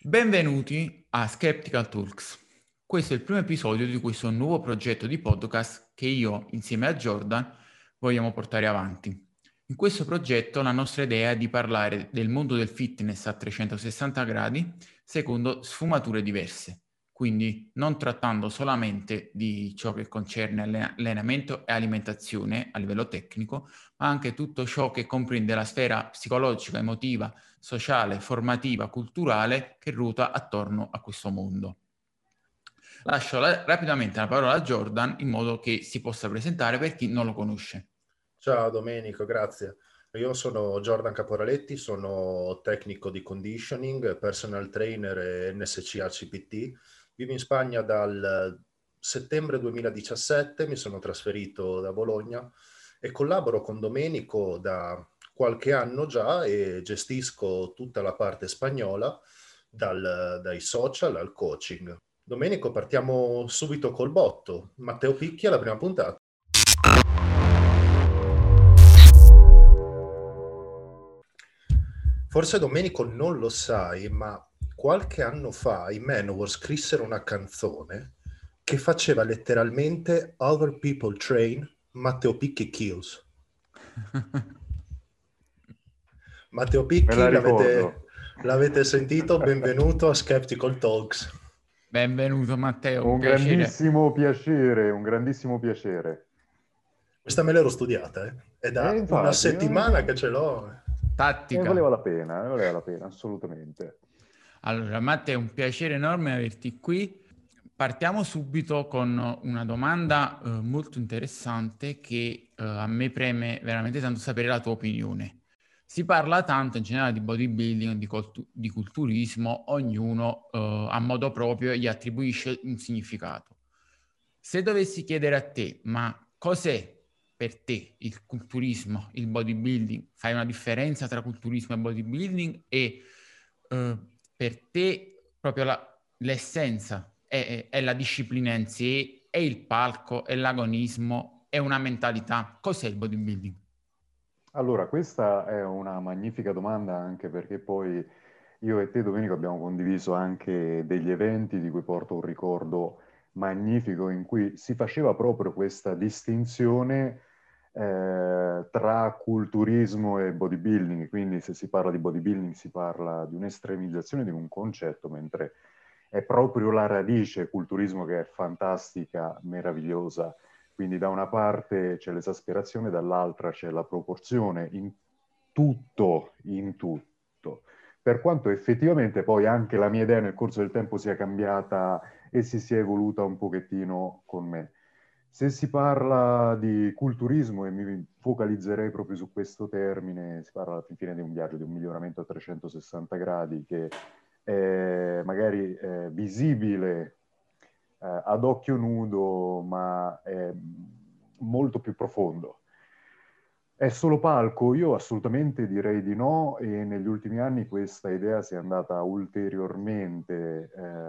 Benvenuti a Skeptical Talks. Questo è il primo episodio di questo nuovo progetto di podcast che io, insieme a Jordan, vogliamo portare avanti. In questo progetto la nostra idea è di parlare del mondo del fitness a 360 gradi secondo sfumature diverse, quindi non trattando solamente di ciò che concerne allenamento e alimentazione a livello tecnico, ma anche tutto ciò che comprende la sfera psicologica, emotiva, sociale, formativa, culturale che ruota attorno a questo mondo. Lascio rapidamente la parola a Jordan in modo che si possa presentare per chi non lo conosce. Ciao Domenico, grazie. Io sono Jordan Caporaletti, sono tecnico di conditioning, personal trainer e NSC ACPT. Vivo in Spagna dal settembre 2017, mi sono trasferito da Bologna e collaboro con Domenico da qualche anno già e gestisco tutta la parte spagnola, dai social al coaching. Domenico, partiamo subito col botto. Matteo Picchi alla prima puntata. Forse Domenico non lo sai, ma qualche anno fa i Manowar scrissero una canzone che faceva letteralmente Other People Train, Matteo Picchi Kills. Matteo Me la Picchi, l'avete, ricordo. l'avete sentito? Benvenuto a Skeptical Talks. Benvenuto Matteo, un Un piacere. grandissimo piacere, un grandissimo piacere. Questa me l'ero studiata, eh? È E da una infatti, settimana che ce l'ho. Tattica. valeva la pena, assolutamente. Allora, Matteo, è un piacere enorme averti qui. Partiamo subito con una domanda molto interessante che a me preme veramente tanto sapere la tua opinione. Si parla tanto in generale di bodybuilding, di culturismo, ognuno a modo proprio gli attribuisce un significato. Se dovessi chiedere a te, ma cos'è per te il culturismo, il bodybuilding? Fai una differenza tra culturismo e bodybuilding e eh, per te proprio l'essenza è la disciplina in sé, è il palco, è l'agonismo, è una mentalità. Cos'è il bodybuilding? Allora, questa è una magnifica domanda anche perché poi io e te, Domenico, abbiamo condiviso anche degli eventi di cui porto un ricordo magnifico in cui si faceva proprio questa distinzione tra culturismo e bodybuilding. Quindi se si parla di bodybuilding si parla di un'estremizzazione di un concetto, mentre è proprio la radice culturismo che è fantastica, meravigliosa. Quindi da una parte c'è l'esasperazione, dall'altra c'è la proporzione in tutto. Per quanto effettivamente poi anche la mia idea nel corso del tempo sia cambiata e si sia evoluta un pochettino con me. Se si parla di culturismo, e mi focalizzerei proprio su questo termine, si parla alla fine di un viaggio, di un miglioramento a 360 gradi che è magari visibile ad occhio nudo, ma è molto più profondo. È solo palco? Io assolutamente direi di no e negli ultimi anni questa idea si è andata ulteriormente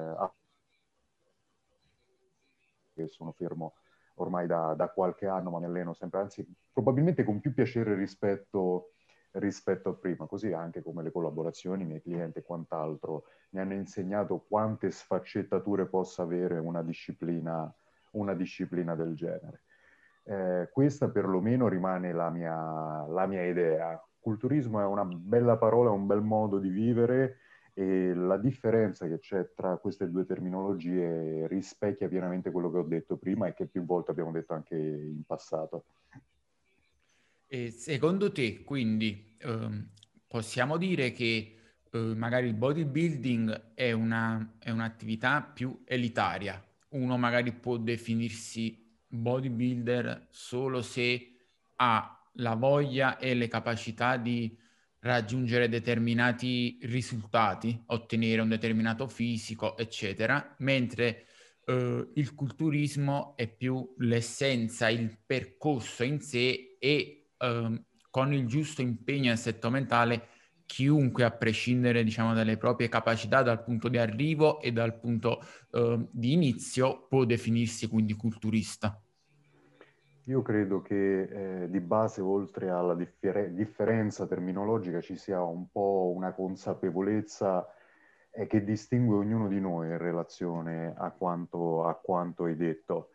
che sono fermo ormai da qualche anno, ma mi alleno sempre, anzi probabilmente con più piacere rispetto a prima, così anche come le collaborazioni, i miei clienti e quant'altro mi hanno insegnato quante sfaccettature possa avere una disciplina del genere. Questa perlomeno rimane la mia idea. Culturismo è una bella parola, è un bel modo di vivere e la differenza che c'è tra queste due terminologie rispecchia pienamente quello che ho detto prima e che più volte abbiamo detto anche in passato. E secondo te, quindi, possiamo dire che magari il bodybuilding è un'attività più elitaria. Uno magari può definirsi bodybuilder solo se ha la voglia e le capacità di raggiungere determinati risultati, ottenere un determinato fisico, eccetera, mentre il culturismo è più l'essenza, il percorso in sé e con il giusto impegno e assetto mentale chiunque, a prescindere, diciamo, dalle proprie capacità dal punto di arrivo e dal punto di inizio, può definirsi quindi culturista. Io credo che di base, oltre alla differenza terminologica, ci sia un po' una consapevolezza e che distingue ognuno di noi in relazione a quanto hai detto.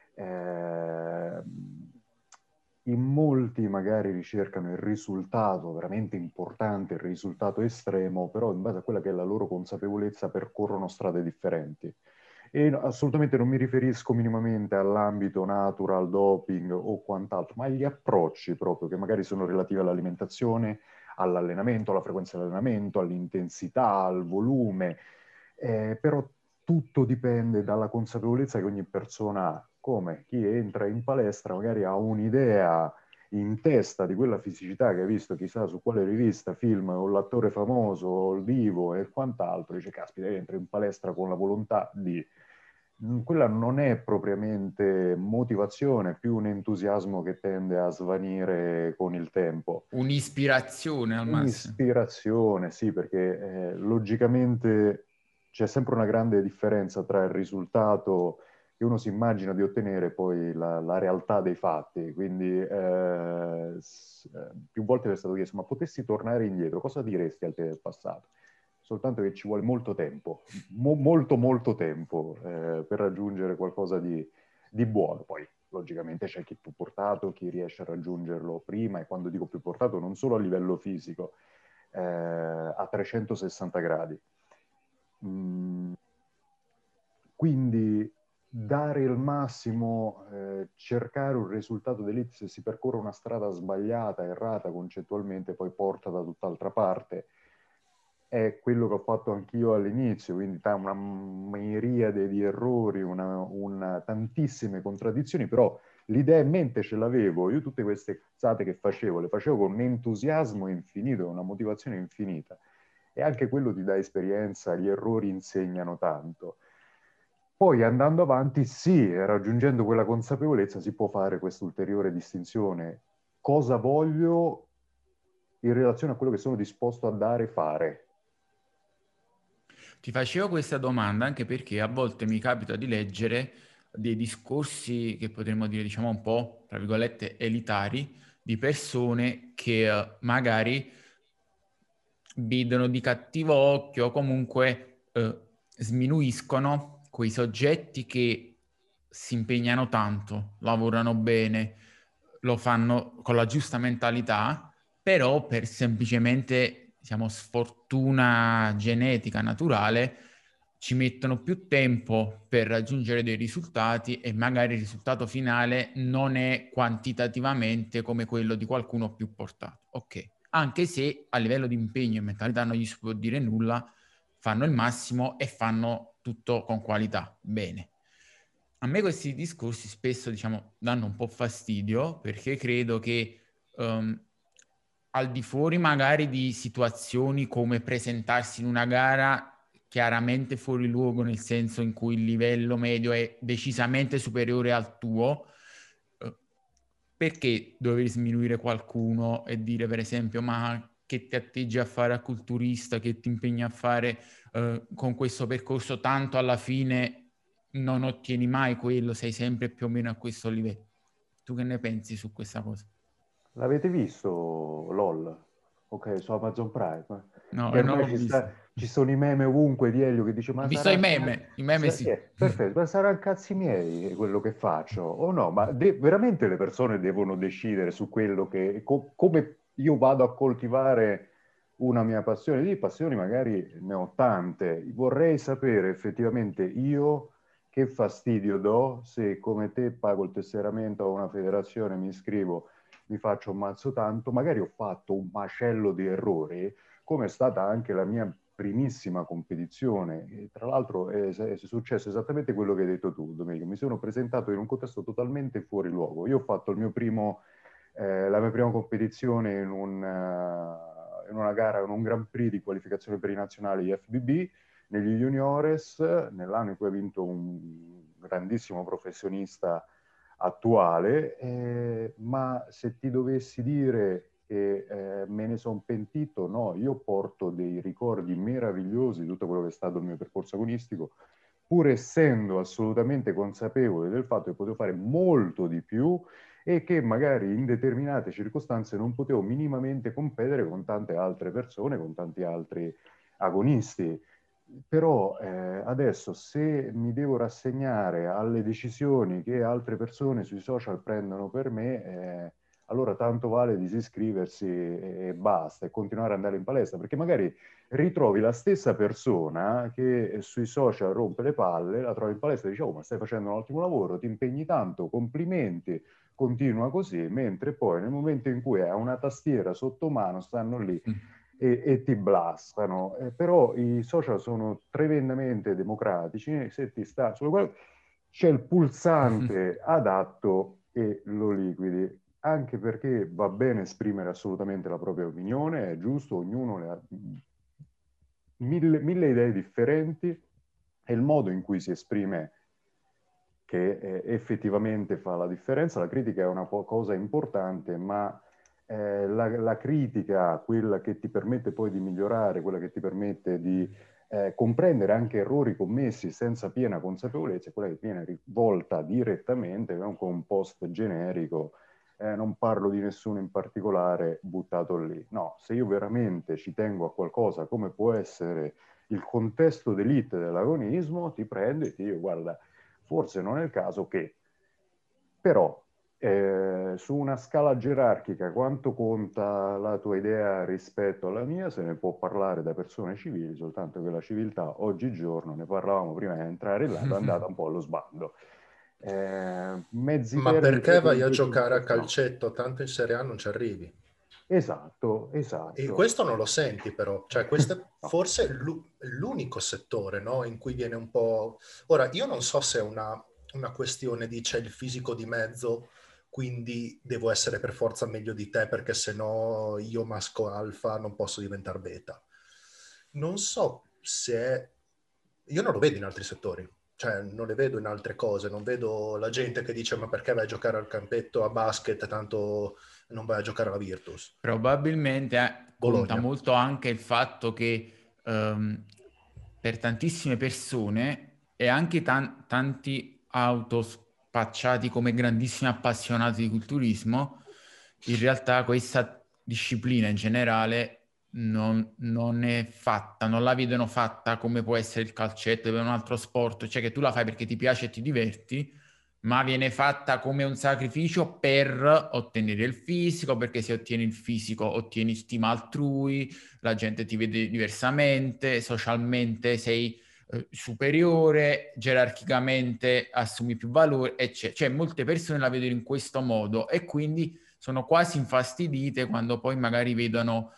In molti magari ricercano il risultato veramente importante, il risultato estremo, però in base a quella che è la loro consapevolezza percorrono strade differenti. E assolutamente non mi riferisco minimamente all'ambito natural, doping o quant'altro, ma agli approcci proprio che magari sono relativi all'alimentazione, all'allenamento, alla frequenza dell'allenamento, all'intensità, al volume, però tutto dipende dalla consapevolezza che ogni persona ha. Come chi entra in palestra magari ha un'idea in testa di quella fisicità che ha visto chissà su quale rivista, film, o l'attore famoso, o il vivo e quant'altro, dice caspita, entra in palestra con la volontà di... Quella non è propriamente motivazione, è più un entusiasmo che tende a svanire con il tempo. Un'ispirazione al massimo. Un'ispirazione, sì, perché logicamente c'è sempre una grande differenza tra il risultato che uno si immagina di ottenere e poi la realtà dei fatti. Quindi più volte mi è stato chiesto, ma potessi tornare indietro, cosa diresti al te del passato? Soltanto che ci vuole molto tempo, molto tempo per raggiungere qualcosa di buono. Poi logicamente c'è chi è più portato, chi riesce a raggiungerlo prima, e quando dico più portato non solo a livello fisico, a 360 gradi. Quindi dare il massimo, cercare un risultato d'elite, se si percorre una strada sbagliata, errata concettualmente, poi porta da tutt'altra parte. È quello che ho fatto anch'io all'inizio, quindi una miriade di errori, tantissime contraddizioni, però l'idea in mente ce l'avevo. Io tutte queste cazzate che facevo, le facevo con un entusiasmo infinito, una motivazione infinita. E anche quello ti dà esperienza, gli errori insegnano tanto. Poi andando avanti, sì, raggiungendo quella consapevolezza si può fare questa ulteriore distinzione. Cosa voglio in relazione a quello che sono disposto a dare e fare? Ti facevo questa domanda anche perché a volte mi capita di leggere dei discorsi che potremmo dire, diciamo, un po', tra virgolette, elitari, di persone che magari vedono di cattivo occhio o comunque sminuiscono quei soggetti che si impegnano tanto, lavorano bene, lo fanno con la giusta mentalità, però per semplicemente, diciamo, sfortuna genetica naturale ci mettono più tempo per raggiungere dei risultati e magari il risultato finale non è quantitativamente come quello di qualcuno più portato. Ok, anche se a livello di impegno e mentalità non gli si può dire nulla, fanno il massimo e fanno tutto con qualità, bene. A me questi discorsi spesso, diciamo, danno un po' fastidio perché credo che al di fuori magari di situazioni come presentarsi in una gara chiaramente fuori luogo, nel senso in cui il livello medio è decisamente superiore al tuo, perché dover sminuire qualcuno e dire per esempio ma che ti atteggi a fare a culturista, che ti impegni a fare con questo percorso, tanto alla fine non ottieni mai quello, sei sempre più o meno a questo livello. Tu che ne pensi su questa cosa? L'avete visto LOL? Ok, su Amazon Prime. No, Che e non ormai l'ho visto. ci sono i meme ovunque di Elio che dice Ho ma visto i meme sì. perfetto, ma saranno cazzi miei quello che faccio o no? Ma veramente le persone devono decidere su quello che... come io vado a coltivare una mia passione. Di passioni magari ne ho tante. Vorrei sapere effettivamente io che fastidio do se come te pago il tesseramento a una federazione, mi iscrivo, mi faccio un mazzo tanto, magari ho fatto un macello di errori, come è stata anche la mia primissima competizione. E tra l'altro è successo esattamente quello che hai detto tu, Domenico. Mi sono presentato in un contesto totalmente fuori luogo. Io ho fatto la mia prima competizione in una gara, in un Grand Prix di qualificazione per i nazionali FBB, negli juniores, nell'anno in cui ha vinto un grandissimo professionista attuale, ma se ti dovessi dire che me ne sono pentito, no, io porto dei ricordi meravigliosi di tutto quello che è stato il mio percorso agonistico, pur essendo assolutamente consapevole del fatto che potevo fare molto di più e che magari in determinate circostanze non potevo minimamente competere con tante altre persone, con tanti altri agonisti. Però adesso se mi devo rassegnare alle decisioni che altre persone sui social prendono per me, allora tanto vale disiscriversi e basta, e continuare ad andare in palestra, perché magari ritrovi la stessa persona che sui social rompe le palle, la trovi in palestra e dici, oh, ma stai facendo un ottimo lavoro, ti impegni tanto, complimenti, continua così, mentre poi nel momento in cui ha una tastiera sotto mano stanno lì e ti blastano. Però i social sono tremendamente democratici, se ti sta solo quello, c'è il pulsante adatto e lo liquidi. Anche perché va bene esprimere assolutamente la propria opinione, è giusto, ognuno ne ha mille idee differenti, e il modo in cui si esprime che effettivamente fa la differenza. La critica è una cosa importante, ma la critica, quella che ti permette poi di migliorare, quella che ti permette di comprendere anche errori commessi senza piena consapevolezza, è quella che viene rivolta direttamente con un post generico. Non parlo di nessuno in particolare buttato lì. No, se io veramente ci tengo a qualcosa, come può essere il contesto d'elite dell'agonismo, ti prendo e ti dico, guarda, forse non è il caso che, però su una scala gerarchica quanto conta la tua idea rispetto alla mia, se ne può parlare da persone civili, soltanto che la civiltà oggigiorno, ne parlavamo prima di entrare là, è andata un po' allo sbando. Mezzi Ma termini perché vai a in questo giocare a senso, no. calcetto? Tanto in Serie A non ci arrivi. Esatto, E esatto. questo non lo senti però, cioè questo è No. forse l'unico settore, no, in cui viene un po'... Ora, io non so se è una questione di c'è il fisico di mezzo, quindi devo essere per forza meglio di te perché se no io masco alfa non posso diventare beta. Non so se è... Io non lo vedo in altri settori, cioè non le vedo in altre cose, non vedo la gente che dice ma perché vai a giocare al campetto a basket, tanto non vai a giocare alla Virtus. Probabilmente conta Bologna. molto anche il fatto che per tantissime persone e anche tanti autospacciati come grandissimi appassionati di culturismo, in realtà questa disciplina in generale non è fatta, non la vedono fatta come può essere il calcetto o un altro sport, cioè che tu la fai perché ti piace e ti diverti, ma viene fatta come un sacrificio per ottenere il fisico, perché se ottieni il fisico ottieni stima altrui, la gente ti vede diversamente, socialmente sei superiore, gerarchicamente assumi più valore, eccetera. Cioè molte persone la vedono in questo modo e quindi sono quasi infastidite quando poi magari vedono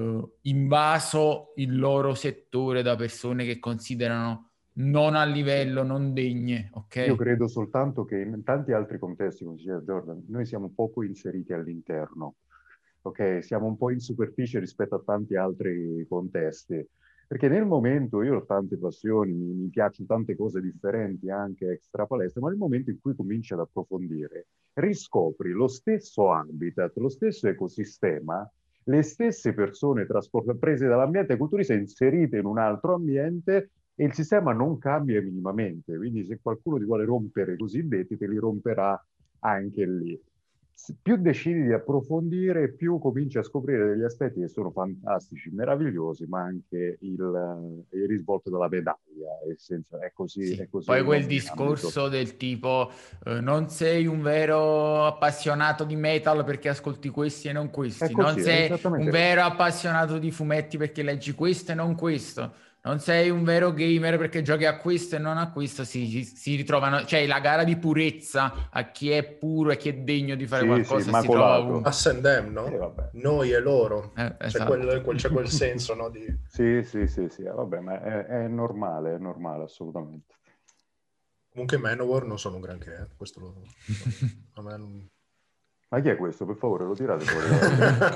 invaso il loro settore da persone che considerano non a Sì. livello, non degne, Io ok? credo soltanto che in tanti altri contesti, come diceva Jordan, noi siamo poco inseriti all'interno, ok? Siamo un po' in superficie rispetto a tanti altri contesti, perché nel momento io ho tante passioni, mi piacciono tante cose differenti anche extra palestra, ma nel momento in cui cominci ad approfondire, riscopri lo stesso habitat, lo stesso ecosistema, le stesse persone prese dall'ambiente culturista inserite in un altro ambiente, e il sistema non cambia minimamente, quindi se qualcuno ti vuole rompere i cosiddetti, te li romperà anche lì. Più decidi di approfondire, più cominci a scoprire degli aspetti che sono fantastici, meravigliosi, ma anche il risvolto della medaglia. Sì, È così poi in quel ogni ambito. discorso del tipo non sei un vero appassionato di metal perché ascolti questi e non È questi, non così, è sei un esattamente così. vero appassionato di fumetti perché leggi questo e non questo, non sei un vero gamer perché giochi a questo e non a questo, si ritrovano, cioè la gara di purezza a chi è puro e chi è degno di fare Sì, sì, qualcosa si trova immacolato. ovunque. Us and them, E no? vabbè. Noi e loro. Esatto. C'è quel senso, no? Di... Sì, sì, sì, sì, vabbè, ma è normale, assolutamente. Comunque i Manowar non sono un granché, questo a me non... Ma chi è questo? Per favore, lo tirate fuori dalla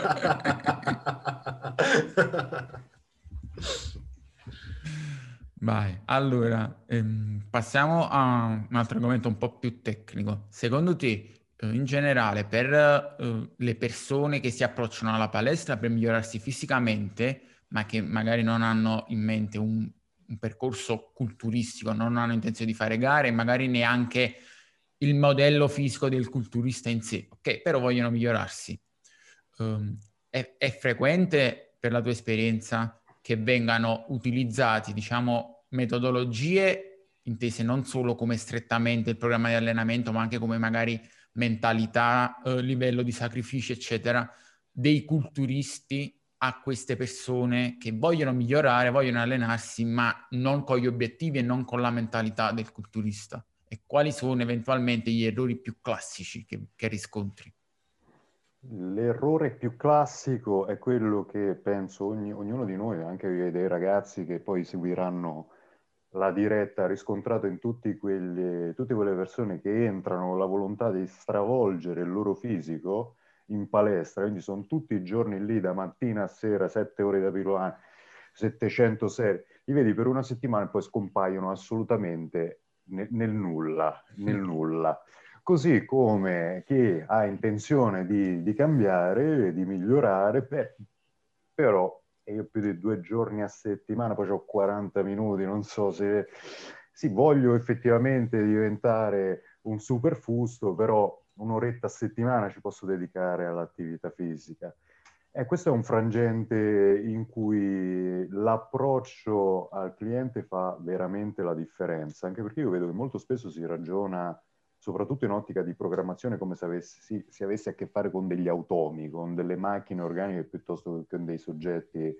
Vai, allora, passiamo a un altro argomento un po' più tecnico. Secondo te, in generale, per le persone che si approcciano alla palestra per migliorarsi fisicamente, ma che magari non hanno in mente un percorso culturistico, non hanno intenzione di fare gare, magari neanche il modello fisico del culturista in sé, ok? Però vogliono migliorarsi. È frequente per la tua esperienza che vengano utilizzati, diciamo, metodologie intese non solo come strettamente il programma di allenamento, ma anche come magari mentalità, livello di sacrificio, eccetera, dei culturisti a queste persone che vogliono migliorare, vogliono allenarsi, ma non con gli obiettivi e non con la mentalità del culturista. E quali sono eventualmente gli errori più classici che riscontri? L'errore più classico è quello che penso ognuno di noi, anche dei ragazzi che poi seguiranno la diretta, ha riscontrato in tutte quelle persone che entrano con la volontà di stravolgere il loro fisico in palestra, quindi sono tutti i giorni lì da mattina a sera, 7 ore da pilone, 700 serie, li vedi per una settimana e poi scompaiono assolutamente nel nulla, nel nulla. Così come chi ha intenzione di cambiare, di migliorare, però io più di 2 giorni a settimana, poi ho 40 minuti, non so se sì, voglio effettivamente diventare un super fusto, però un'oretta a settimana ci posso dedicare all'attività fisica. E questo è un frangente in cui l'approccio al cliente fa veramente la differenza, anche perché io vedo che molto spesso si ragiona, soprattutto in ottica di programmazione, come se si avesse a che fare con degli automi, con delle macchine organiche piuttosto che con dei soggetti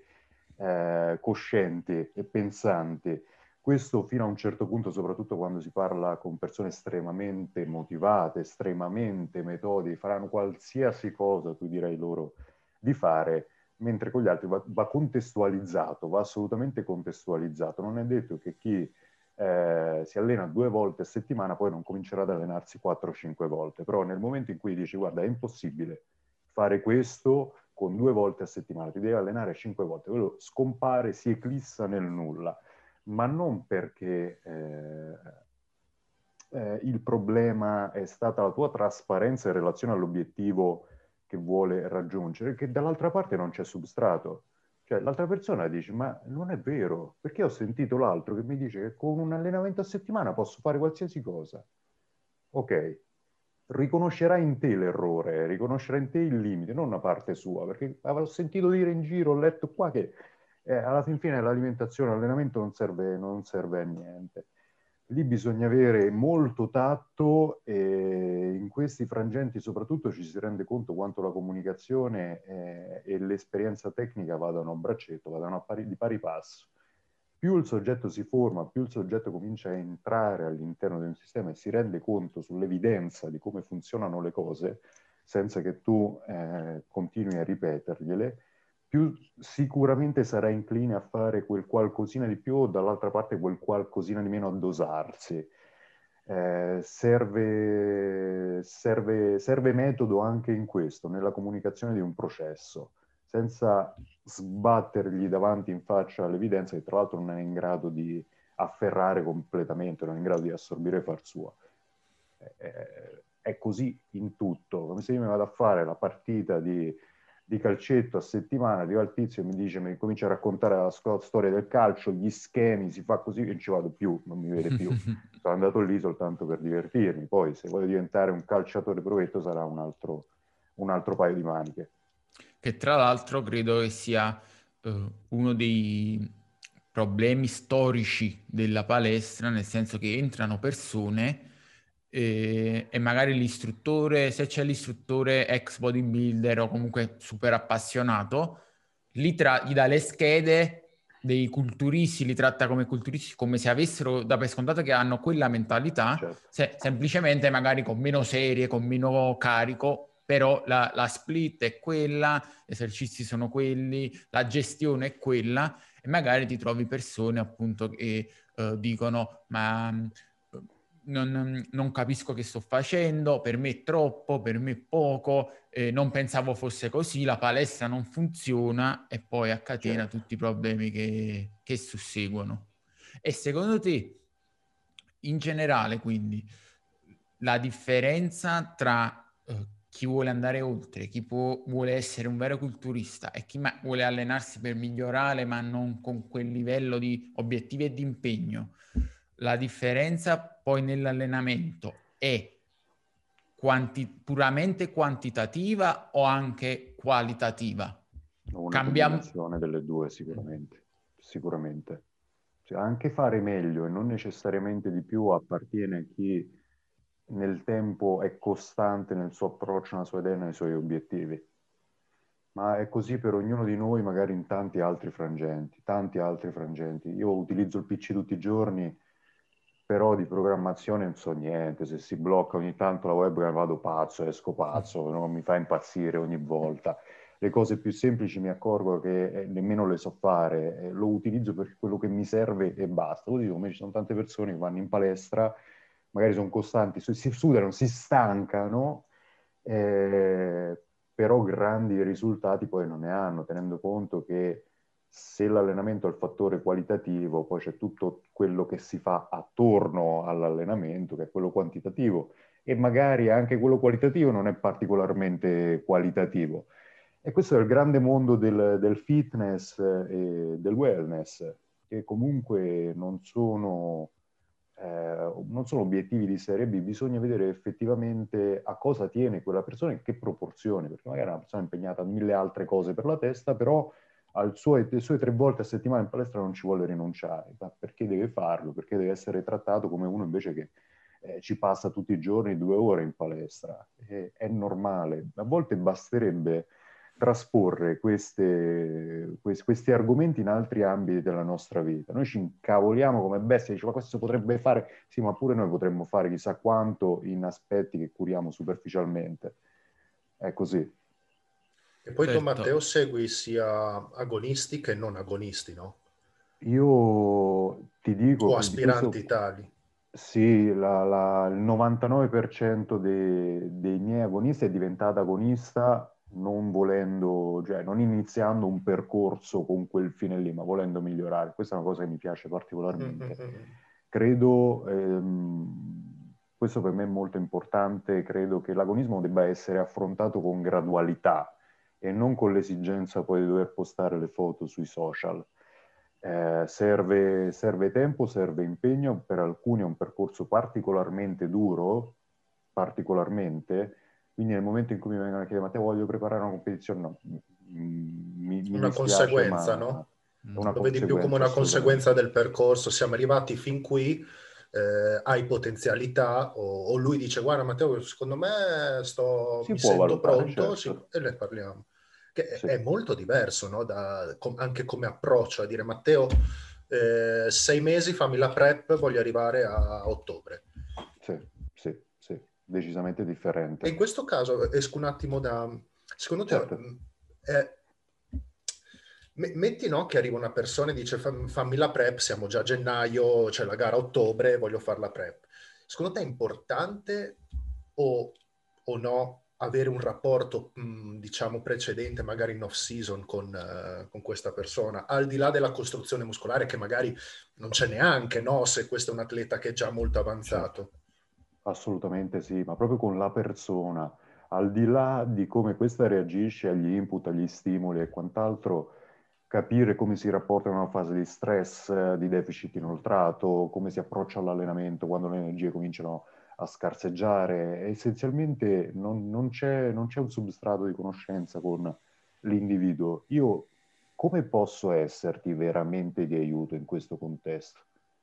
coscienti e pensanti. Questo fino a un certo punto, soprattutto quando si parla con persone estremamente motivate, estremamente metodiche, faranno qualsiasi cosa tu direi loro di fare, mentre con gli altri va contestualizzato, va assolutamente contestualizzato. Non è detto che chi si allena 2 volte a settimana poi non comincerà ad allenarsi 4-5 volte, però nel momento in cui dici guarda è impossibile fare questo con 2 volte a settimana, ti devi allenare 5 volte, quello scompare, si eclissa nel nulla, ma non perché il problema è stata la tua trasparenza in relazione all'obiettivo che vuole raggiungere, che dall'altra parte non c'è substrato. Cioè, l'altra persona dice, ma non è vero, perché ho sentito l'altro che mi dice che con un allenamento a settimana posso fare qualsiasi cosa. Ok, riconoscerà in te l'errore, riconoscerà in te il limite, non una parte sua, perché avevo sentito dire in giro, ho letto qua che alla fin fine l'alimentazione, l'allenamento non serve a niente. Lì bisogna avere molto tatto e in questi frangenti soprattutto ci si rende conto quanto la comunicazione e l'esperienza tecnica vadano a braccetto, vadano di pari passo. Più il soggetto si forma, più il soggetto comincia a entrare all'interno di un sistema e si rende conto sull'evidenza di come funzionano le cose, senza che tu continui a ripetergliele, più sicuramente sarà incline a fare quel qualcosina di più o dall'altra parte quel qualcosina di meno a dosarsi. Serve metodo anche in questo, nella comunicazione di un processo, senza sbattergli davanti in faccia l'evidenza che tra l'altro non è in grado di afferrare completamente, non è in grado di assorbire e far sua. È così in tutto, come se io mi vado a fare la partita di calcetto a settimana, arriva il tizio e mi dice, mi comincia a raccontare la storia del calcio, gli schemi, si fa così e non ci vado più, non mi vede più. Sono andato lì soltanto per divertirmi, poi se voglio diventare un calciatore provetto sarà un altro paio di maniche. Che tra l'altro credo che sia uno dei problemi storici della palestra, nel senso che entrano persone e magari l'istruttore, se c'è l'istruttore ex bodybuilder o comunque super appassionato, gli dà le schede dei culturisti, li tratta come culturisti, come se avessero da per scontato che hanno quella mentalità, Certo. semplicemente magari con meno serie, con meno carico, però la split è quella, gli esercizi sono quelli, la gestione è quella, e magari ti trovi persone appunto che dicono ma non capisco che sto facendo, per me è troppo, per me è poco, non pensavo fosse così, la palestra non funziona e poi a catena Certo. tutti i problemi che susseguono. E secondo te, in generale, quindi, la differenza tra chi vuole andare oltre, chi vuole essere un vero culturista e chi vuole allenarsi per migliorare, ma non con quel livello di obiettivi e di impegno, la differenza poi nell'allenamento è puramente quantitativa o anche qualitativa? Una combinazione delle due sicuramente. sicuramente. Cioè, anche fare meglio e non necessariamente di più appartiene a chi nel tempo è costante nel suo approccio, nella sua idea, nei suoi obiettivi. Ma è così per ognuno di noi, magari in tanti altri frangenti, tanti altri frangenti. Io utilizzo il PC tutti i giorni, però di programmazione non so niente. Se si blocca ogni tanto la webcam vado pazzo, esco pazzo, no? Mi fa impazzire ogni volta. Le cose più semplici mi accorgo che nemmeno le so fare, lo utilizzo per quello che mi serve e basta. Lo dico, come ci sono tante persone che vanno in palestra, magari sono costanti, si sudano, si stancano, però grandi risultati poi non ne hanno, tenendo conto che se l'allenamento è il fattore qualitativo, poi c'è tutto quello che si fa attorno all'allenamento, che è quello quantitativo, e magari anche quello qualitativo non è particolarmente qualitativo. E questo è il grande mondo del fitness e del wellness, che comunque non sono obiettivi di serie B, bisogna vedere effettivamente a cosa tiene quella persona e in che proporzione, perché magari è una persona impegnata a 1000 altre cose per la testa, però le sue 3 volte a settimana in palestra non ci vuole rinunciare. Ma perché deve farlo? Perché deve essere trattato come uno invece che ci passa tutti i giorni 2 ore in palestra. È normale. A volte basterebbe trasporre questi argomenti in altri ambiti della nostra vita. Noi ci incavoliamo come bestie, diciamo, ma questo si potrebbe fare, sì, ma pure noi potremmo fare chissà quanto in aspetti che curiamo superficialmente. È così. E poi tu, Certo. Matteo, segui sia agonisti che non agonisti, no? Io ti dico O che di questo, aspiranti tali. sì, il 99% dei miei agonisti è diventata agonista non volendo, cioè non iniziando un percorso con quel fine lì, ma volendo migliorare. Questa è una cosa che mi piace particolarmente. Credo, questo per me è molto importante, credo che l'agonismo debba essere affrontato con gradualità e non con l'esigenza poi di dover postare le foto sui social. Serve tempo, serve impegno, per alcuni è un percorso particolarmente duro, particolarmente, quindi nel momento in cui mi vengono a chiedere, ma te voglio preparare una competizione, no, mi Una dispiace, conseguenza, ma no? è una Lo vedi più come conseguenza una conseguenza assolutamente. del percorso. Siamo arrivati fin qui, hai potenzialità, o lui dice, guarda Matteo, secondo me Si mi può sento valutare, pronto, certo. e ne parliamo. Che Sì, è molto diverso, no? Anche come approccio a dire, Matteo, 6 mesi, fammi la prep, voglio arrivare a ottobre. sì, sì, sì, decisamente E in differente. questo caso esco un attimo da... Secondo te, Certo. metti, no, che arriva una persona e dice fammi la prep, siamo già a gennaio, c'è la gara a ottobre, voglio fare la prep. Secondo te è importante o no avere un rapporto, diciamo, precedente, magari in off-season con questa persona, al di là della costruzione muscolare che magari non c'è neanche, no, se questo è un atleta che è già molto Certo, avanzato? assolutamente sì, ma proprio con la persona, al di là di come questa reagisce agli input, agli stimoli e quant'altro, capire come si rapporta in una fase di stress, di deficit inoltrato, come si approccia all'allenamento quando le energie cominciano a scarseggiare. Essenzialmente non c'è un substrato di conoscenza con l'individuo. Io come posso esserti veramente di aiuto in questo contesto?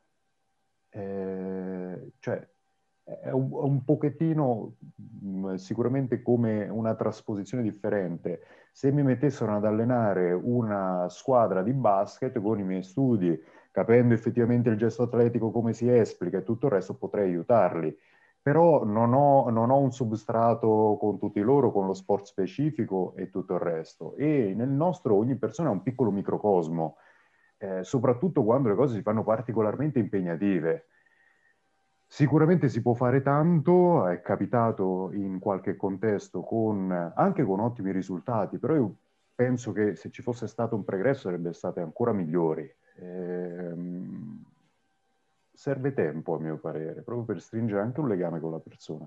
Cioè, è un pochettino sicuramente come una trasposizione differente. Se mi mettessero ad allenare una squadra di basket con i miei studi, capendo effettivamente il gesto atletico, come si esplica e tutto il resto, potrei aiutarli. Però non ho un substrato con tutti loro, con lo sport specifico e tutto il resto. E nel nostro ogni persona è un piccolo microcosmo, soprattutto quando le cose si fanno particolarmente impegnative. Sicuramente si può fare tanto, è capitato in qualche contesto anche con ottimi risultati, però io penso che se ci fosse stato un pregresso sarebbe state ancora migliori. Serve tempo, a mio parere, proprio per stringere anche un legame con la persona.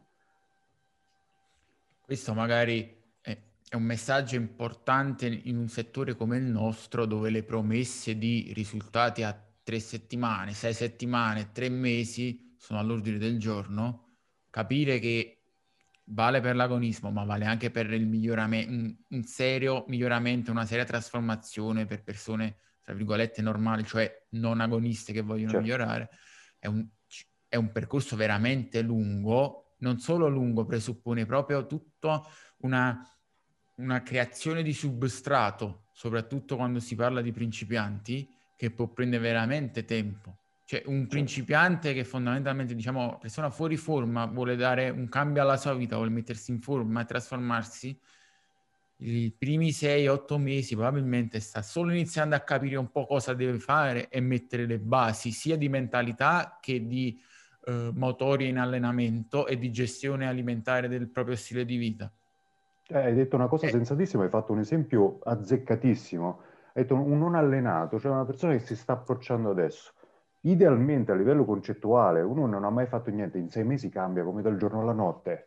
Questo magari è un messaggio importante in un settore come il nostro, dove le promesse di risultati a 3 settimane, 6 settimane, 3 mesi sono all'ordine del giorno. Capire che vale per l'agonismo, ma vale anche per il miglioramento, un serio miglioramento, una seria trasformazione per persone tra virgolette, normali, cioè non agoniste che vogliono migliorare, è un percorso veramente lungo, non solo lungo, presuppone proprio tutto una creazione di substrato, soprattutto quando si parla di principianti, che può prendere veramente tempo. Cioè un principiante che fondamentalmente, diciamo, persona fuori forma, vuole dare un cambio alla sua vita, vuole mettersi in forma e trasformarsi, i primi 6-8 mesi probabilmente sta solo iniziando a capire un po' cosa deve fare e mettere le basi sia di mentalità che di motori in allenamento e di gestione alimentare del proprio stile di vita. Hai detto una cosa sensatissima, hai fatto un esempio azzeccatissimo. Hai detto un non allenato, cioè una persona che si sta approcciando adesso. Idealmente a livello concettuale, uno non ha mai fatto niente, in 6 mesi cambia come dal giorno alla notte.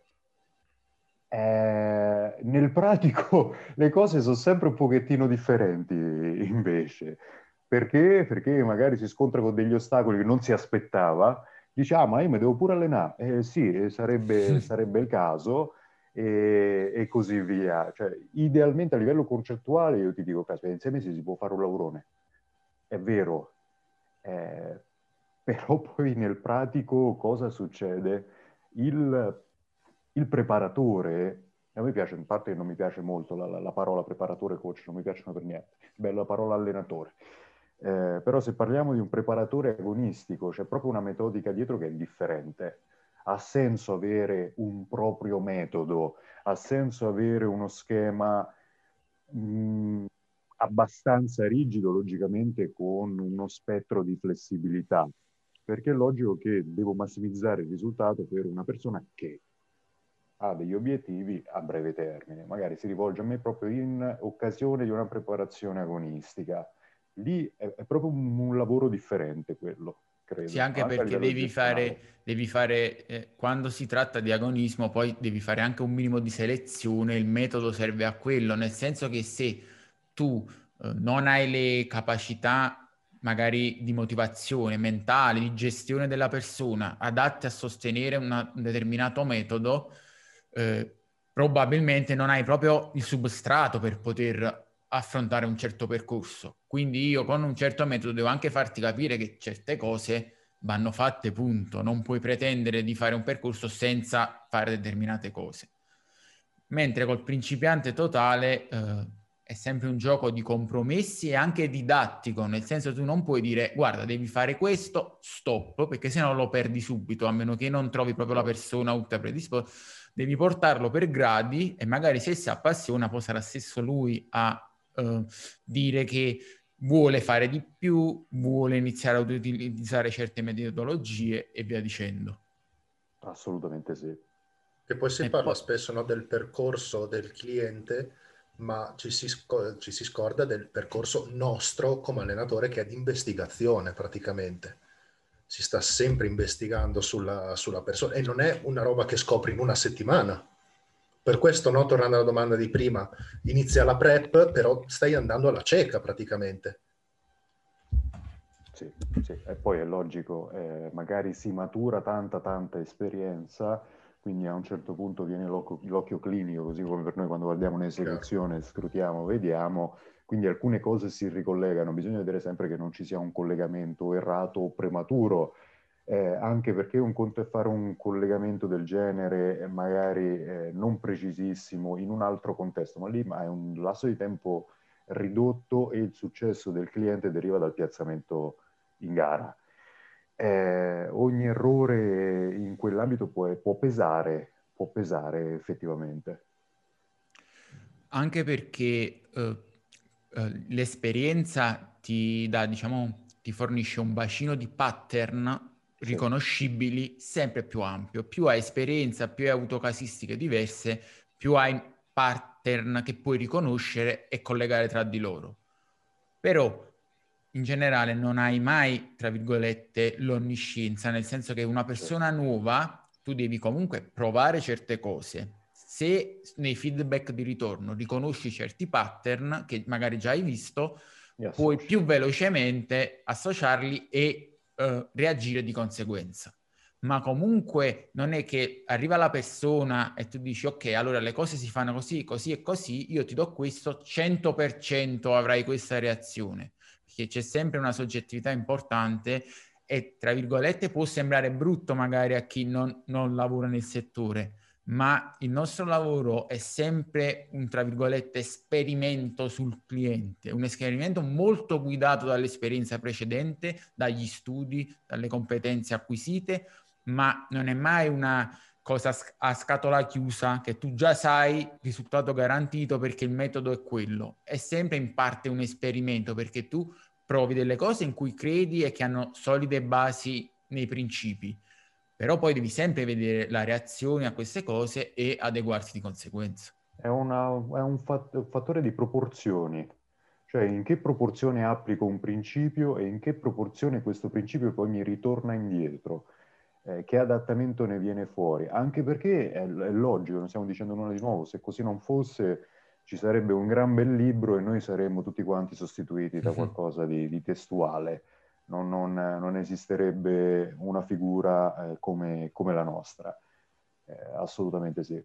Nel pratico le cose sono sempre un pochettino differenti invece. Perché? Perché magari si scontra con degli ostacoli che non si aspettava, dice, ah, ma io mi devo pure allenare. Sì, sarebbe il caso, e così via. Cioè, idealmente a livello concettuale io ti dico, caspita, in 6 mesi si può fare un lavorone. È vero. Però poi nel pratico cosa succede? Il preparatore, a me piace, in parte non mi piace molto la parola preparatore coach, non mi piacciono per niente, bella la parola allenatore. Però se parliamo di un preparatore agonistico, c'è proprio una metodica dietro che è differente. Ha senso avere un proprio metodo, ha senso avere uno schema abbastanza rigido, logicamente con uno spettro di flessibilità, perché è logico che devo massimizzare il risultato per una persona che ha degli obiettivi a breve termine, magari si rivolge a me proprio in occasione di una preparazione agonistica. Lì è proprio un lavoro differente quello, credo, Sì, anche a perché livello gestionale. devi fare quando si tratta di agonismo, poi devi fare anche un minimo di selezione, il metodo serve a quello, nel senso che se tu non hai le capacità magari di motivazione mentale, di gestione della persona adatte a sostenere un determinato metodo, probabilmente non hai proprio il substrato per poter affrontare un certo percorso. Quindi io con un certo metodo devo anche farti capire che certe cose vanno fatte, punto. Non puoi pretendere di fare un percorso senza fare determinate cose. Mentre col principiante totale è sempre un gioco di compromessi e anche didattico, nel senso tu non puoi dire guarda devi fare questo, stop, perché sennò lo perdi subito, a meno che non trovi proprio la persona ultra predisposta. Devi portarlo per gradi e magari se si appassiona poi sarà stesso lui a dire che vuole fare di più, vuole iniziare ad utilizzare certe metodologie e via dicendo. Assolutamente sì. Che poi si parla spesso, no, del percorso del cliente, ma ci si scorda del percorso nostro come allenatore, che è di investigazione praticamente. Si sta sempre investigando sulla persona e non è una roba che scopri in una settimana. Per questo, no, tornando alla domanda di prima, inizia la prep, però stai andando alla cieca praticamente. Sì, sì, e poi è logico, magari si matura tanta esperienza, quindi a un certo punto viene l'occhio clinico, così come per noi quando guardiamo un'esecuzione, scrutiamo, vediamo, quindi alcune cose si ricollegano, bisogna vedere sempre che non ci sia un collegamento errato o prematuro, anche perché un conto è fare un collegamento del genere, magari non precisissimo, in un altro contesto, ma lì hai un lasso di tempo ridotto e il successo del cliente deriva dal piazzamento in gara. Ogni errore in quell'ambito può pesare effettivamente. Anche perché l'esperienza ti dà, diciamo, ti fornisce un bacino di pattern riconoscibili sempre più ampio. Più hai esperienza, più hai avuto casistiche diverse, più hai pattern che puoi riconoscere e collegare tra di loro. Però in generale non hai mai, tra virgolette, l'onniscienza, nel senso che una persona nuova, tu devi comunque provare certe cose. Se nei feedback di ritorno riconosci certi pattern che magari già hai visto, puoi più velocemente associarli e reagire di conseguenza. Ma comunque non è che arriva la persona e tu dici ok, allora le cose si fanno così, così e così, io ti do questo, 100% avrai questa reazione. perché c'è sempre una soggettività importante e, tra virgolette, può sembrare brutto magari a chi non lavora nel settore, ma il nostro lavoro è sempre un, tra virgolette, esperimento sul cliente, un esperimento molto guidato dall'esperienza precedente, dagli studi, dalle competenze acquisite, ma non è mai una cosa a scatola chiusa che tu già sai, risultato garantito perché il metodo è quello. È sempre in parte un esperimento perché tu provi delle cose in cui credi e che hanno solide basi nei principi, però poi devi sempre vedere la reazione a queste cose e adeguarsi di conseguenza. È un fattore di proporzioni, cioè in che proporzione applico un principio e in che proporzione questo principio poi mi ritorna indietro, che adattamento ne viene fuori, anche perché è logico, non stiamo dicendo nulla di nuovo, se così non fosse ci sarebbe un gran bel libro e noi saremmo tutti quanti sostituiti da qualcosa di testuale. Non esisterebbe una figura come la nostra. Assolutamente sì.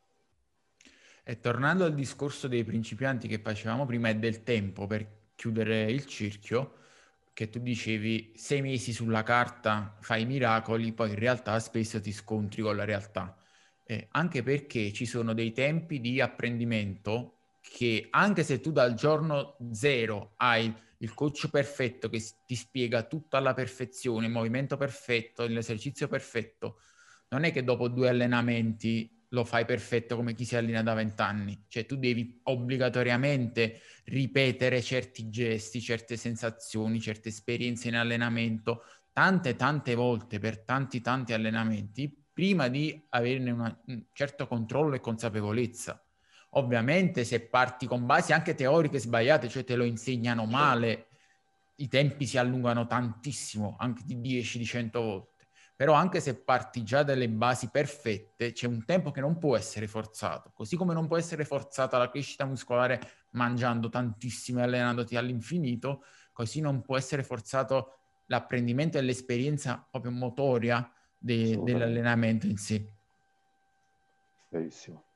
E tornando al discorso dei principianti che facevamo prima e del tempo, per chiudere il cerchio, che tu dicevi 6 mesi sulla carta fai miracoli, poi in realtà spesso ti scontri con la realtà. Anche perché ci sono dei tempi di apprendimento che, anche se tu dal giorno zero hai il coach perfetto che ti spiega tutto alla perfezione, il movimento perfetto, l'esercizio perfetto, non è che dopo 2 allenamenti lo fai perfetto come chi si allena da 20 anni. Cioè tu devi obbligatoriamente ripetere certi gesti, certe sensazioni, certe esperienze in allenamento, tante volte per tanti allenamenti, prima di averne un certo controllo e consapevolezza. Ovviamente se parti con basi anche teoriche sbagliate, cioè te lo insegnano male, i tempi si allungano tantissimo, anche di 10, di 100 volte. Però anche se parti già dalle basi perfette, c'è un tempo che non può essere forzato, così come non può essere forzata la crescita muscolare mangiando tantissimo e allenandoti all'infinito, così non può essere forzato l'apprendimento e l'esperienza proprio motoria dell'allenamento in sé. Verissimo.